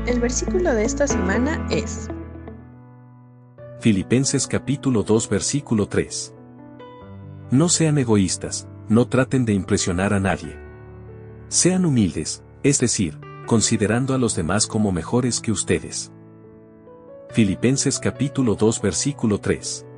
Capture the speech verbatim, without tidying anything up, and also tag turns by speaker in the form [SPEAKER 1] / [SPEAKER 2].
[SPEAKER 1] El versículo de esta semana es
[SPEAKER 2] Filipenses capítulo dos versículo tres. No sean egoístas, no traten de impresionar a nadie. Sean humildes, es decir, considerando a los demás como mejores que ustedes. Filipenses capítulo dos versículo tres.